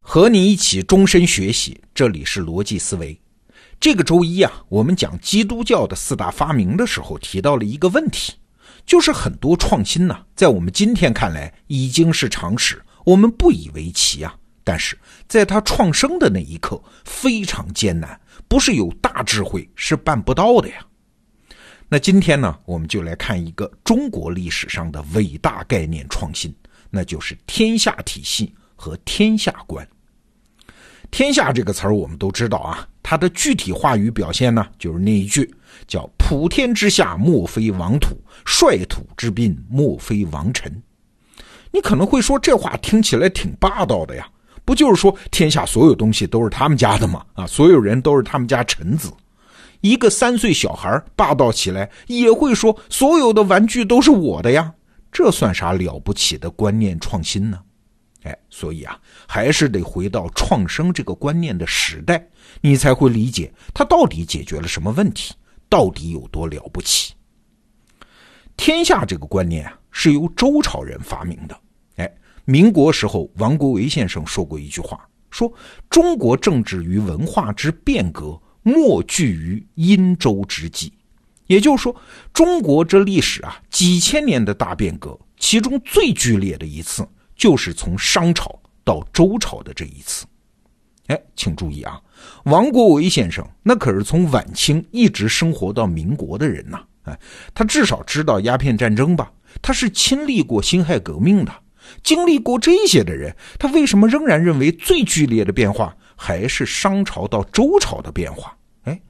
和你一起终身学习，这里是逻辑思维。这个周一我们讲基督教的4大发明的时候提到了一个问题，就是很多创新在我们今天看来已经是常识，我们不以为奇但是在它创生的那一刻非常艰难，不是有大智慧是办不到的呀。那今天呢，我们就来看一个中国历史上的伟大概念创新，那就是天下体系和天下观。天下这个词儿我们都知道它的具体话语表现呢，就是那一句叫普天之下莫非王土，率土之滨莫非王臣。你可能会说这话听起来挺霸道的呀，不就是说天下所有东西都是他们家的吗？所有人都是他们家臣子。一个3岁小孩霸道起来也会说所有的玩具都是我的呀，这算啥了不起的观念创新呢？所以还是得回到创生这个观念的时代，你才会理解它到底解决了什么问题，到底有多了不起。天下这个观念是由周朝人发明的。民国时候王国维先生说过一句话，说中国政治与文化之变革莫惧于殷周之际。也就是说，中国这历史几千年的大变革，其中最剧烈的一次就是从商朝到周朝的这一次。请注意王国维先生那可是从晚清一直生活到民国的人他至少知道鸦片战争吧，他是亲历过辛亥革命的，经历过这些的人，他为什么仍然认为最剧烈的变化还是商朝到周朝的变化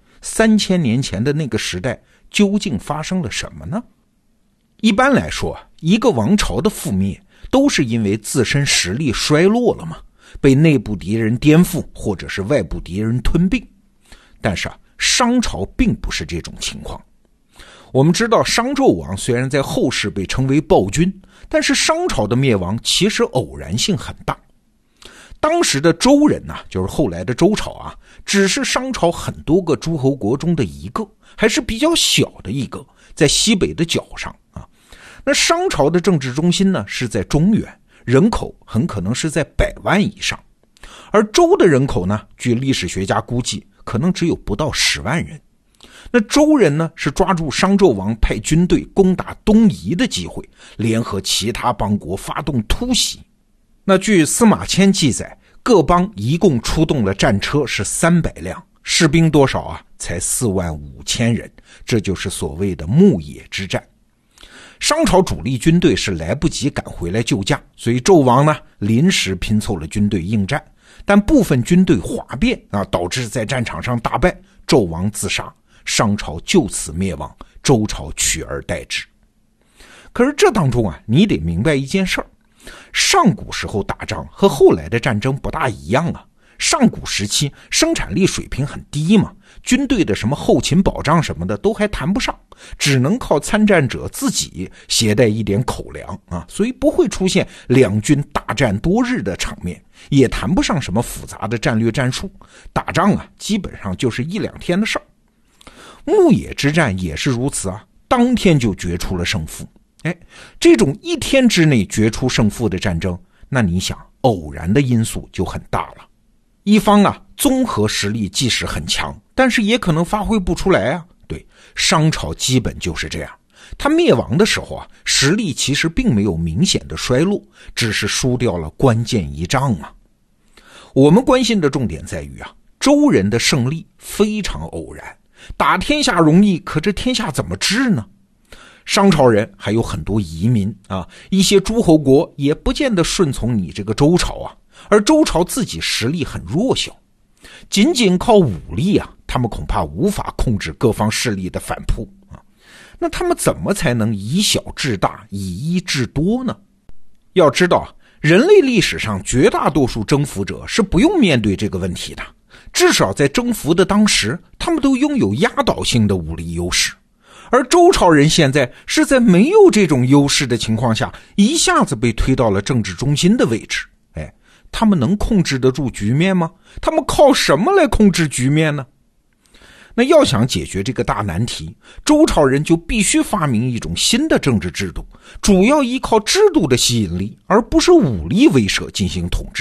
？3000年前的那个时代究竟发生了什么呢？一般来说一个王朝的覆灭都是因为自身实力衰落了嘛，被内部敌人颠覆，或者是外部敌人吞并。但是商朝并不是这种情况。我们知道商纣王虽然在后世被称为暴君，但是商朝的灭亡其实偶然性很大。当时的周人就是后来的周朝只是商朝很多个诸侯国中的一个，还是比较小的一个，在西北的角上那商朝的政治中心呢是在中原，人口很可能是在100万以上，而周的人口呢，据历史学家估计可能只有不到10万人。那周人呢是抓住商纣王派军队攻打东夷的机会，联合其他邦国发动突袭。那据司马迁记载，各邦一共出动了战车是300辆，士兵多少才45000人，这就是所谓的牧野之战。商朝主力军队是来不及赶回来救驾，所以纣王呢临时拼凑了军队应战，但部分军队哗变导致在战场上大败，纣王自杀，商朝就此灭亡，周朝取而代之。可是这当中你得明白一件事儿，上古时候打仗和后来的战争不大一样上古时期生产力水平很低嘛，军队的什么后勤保障什么的都还谈不上，只能靠参战者自己携带一点口粮所以不会出现两军大战多日的场面，也谈不上什么复杂的战略战术，打仗基本上就是1-2天的事儿。牧野之战也是如此当天就决出了胜负。这种1天之内决出胜负的战争，那你想偶然的因素就很大了。一方综合实力即使很强，但是也可能发挥不出来对，商朝基本就是这样，他灭亡的时候实力其实并没有明显的衰落，只是输掉了关键一仗我们关心的重点在于周人的胜利非常偶然，打天下容易，可这天下怎么治呢？商朝人还有很多移民一些诸侯国也不见得顺从你这个周朝而周朝自己实力很弱小，仅仅靠武力他们恐怕无法控制各方势力的反扑那他们怎么才能以小制大，以一制多呢？要知道人类历史上绝大多数征服者是不用面对这个问题的，至少在征服的当时，他们都拥有压倒性的武力优势。而周朝人现在是在没有这种优势的情况下，一下子被推到了政治中心的位置。他们能控制得住局面吗？他们靠什么来控制局面呢？那要想解决这个大难题，周朝人就必须发明一种新的政治制度，主要依靠制度的吸引力，而不是武力威慑进行统治。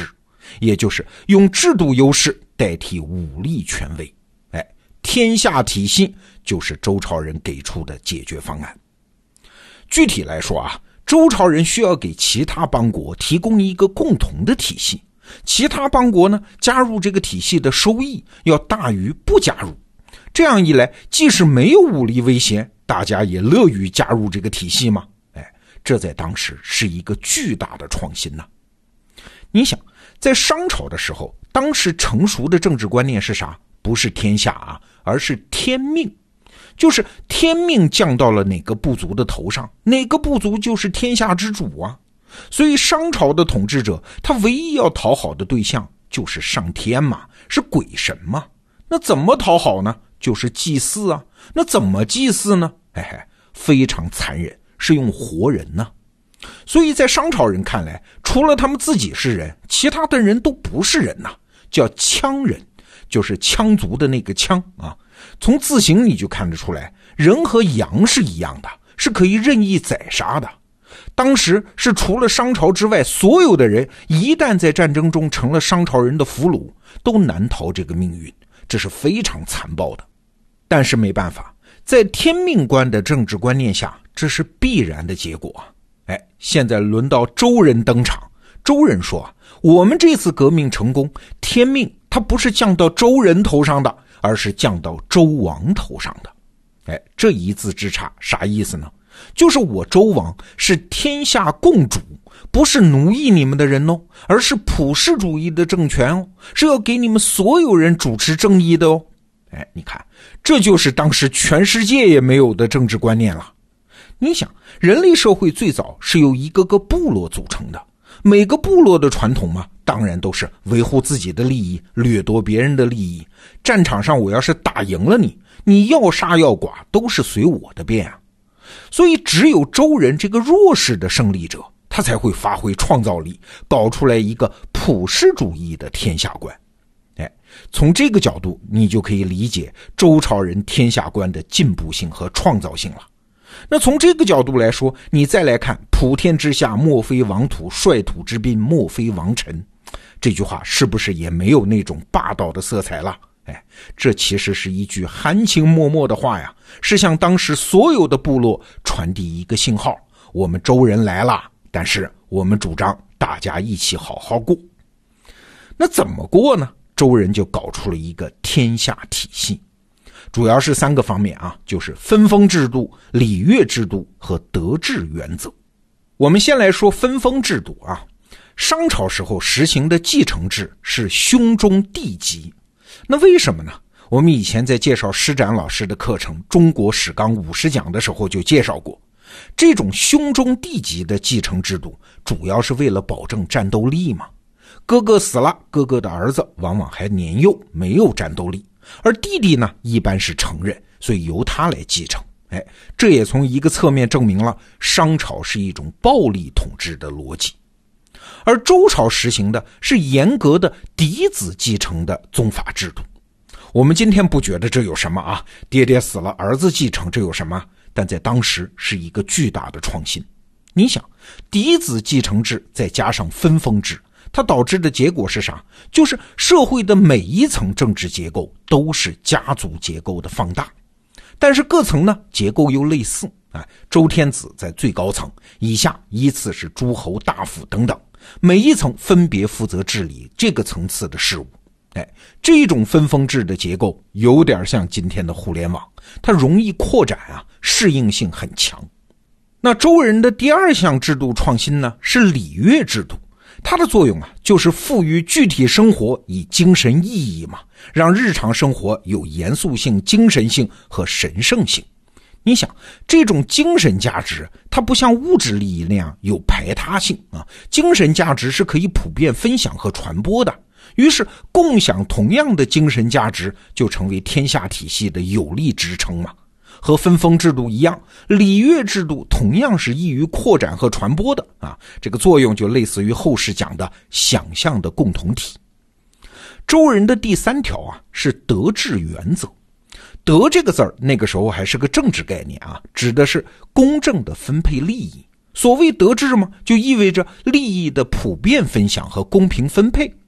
也就是用制度优势代替武力权威。天下体系就是周朝人给出的解决方案。具体来说啊，周朝人需要给其他邦国提供一个共同的体系，其他邦国呢，加入这个体系的收益要大于不加入。这样一来，即使没有武力威胁，大家也乐于加入这个体系嘛。这在当时是一个巨大的创新呐。你想，在商朝的时候，当时成熟的政治观念是啥？不是天下啊，而是天命。就是天命降到了哪个部族的头上，哪个部族就是天下之主啊。所以商朝的统治者，他唯一要讨好的对象就是上天嘛，是鬼神嘛。那怎么讨好呢？就是祭祀啊。那怎么祭祀呢？非常残忍，是用活人呢。所以在商朝人看来，除了他们自己是人，其他的人都不是人呐，叫羌人，就是羌族的那个羌啊。从字形你就看得出来，人和羊是一样的，是可以任意宰杀的。当时是除了商朝之外，所有的人一旦在战争中成了商朝人的俘虏，都难逃这个命运，这是非常残暴的。但是没办法，在天命观的政治观念下，这是必然的结果。现在轮到周人登场。周人说，我们这次革命成功，天命它不是降到周人头上的，而是降到周王头上的。这一字之差啥意思呢？就是我周王是天下共主，不是奴役你们的人哦，而是普世主义的政权哦，是要给你们所有人主持正义的哦。你看，这就是当时全世界也没有的政治观念了。你想，人类社会最早是由一个个部落组成的，每个部落的传统嘛，当然都是维护自己的利益，掠夺别人的利益。战场上我要是打赢了你，你要杀要剐都是随我的便啊。所以只有周人这个弱势的胜利者，他才会发挥创造力，搞出来一个普世主义的天下观。从这个角度你就可以理解周朝人天下观的进步性和创造性了。那从这个角度来说，你再来看普天之下莫非王土，率土之滨莫非王臣，这句话是不是也没有那种霸道的色彩了？这其实是一句含情脉脉的话呀，是向当时所有的部落传递一个信号，我们周人来了，但是我们主张大家一起好好过。那怎么过呢？周人就搞出了一个天下体系，主要是3个方面啊，就是分封制度、礼乐制度和德治原则。我们先来说分封制度啊。商朝时候实行的继承制是兄终弟及。那为什么呢？我们以前在介绍施展老师的课程《中国史纲50讲》的时候就介绍过，这种兄终弟及的继承制度主要是为了保证战斗力嘛。哥哥死了，哥哥的儿子往往还年幼，没有战斗力，而弟弟呢一般是成人，所以由他来继承。这也从一个侧面证明了商朝是一种暴力统治的逻辑。而周朝实行的是严格的嫡子继承的宗法制度。我们今天不觉得这有什么啊，爹爹死了儿子继承这有什么？但在当时是一个巨大的创新。你想，嫡子继承制再加上分封制，它导致的结果是啥？就是社会的每一层政治结构都是家族结构的放大，但是各层呢结构又类似。周天子在最高层，以下依次是诸侯、大夫等等，每一层分别负责治理这个层次的事务。这种分封制的结构有点像今天的互联网，它容易扩展啊，适应性很强。那周人的第2项制度创新呢，是礼乐制度。它的作用啊，就是赋予具体生活以精神意义嘛，让日常生活有严肃性、精神性和神圣性。你想，这种精神价值它不像物质利益那样有排他性啊，精神价值是可以普遍分享和传播的。于是共享同样的精神价值就成为天下体系的有力支撑嘛。和分封制度一样，礼乐制度同样是易于扩展和传播的啊，这个作用就类似于后世讲的想象的共同体。周人的第3条啊，是德治原则。德这个字儿那个时候还是个政治概念啊，指的是公正的分配利益。所谓德治嘛，就意味着利益的普遍分享和公平分配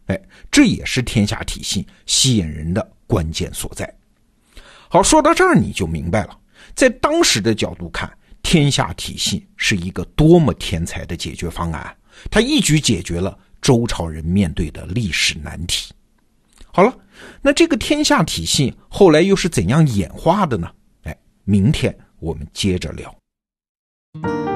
这也是天下体系吸引人的关键所在。好，说到这儿你就明白了，在当时的角度看，天下体系是一个多么天才的解决方案，它一举解决了周朝人面对的历史难题。好了，那这个天下体系后来又是怎样演化的呢？明天我们接着聊。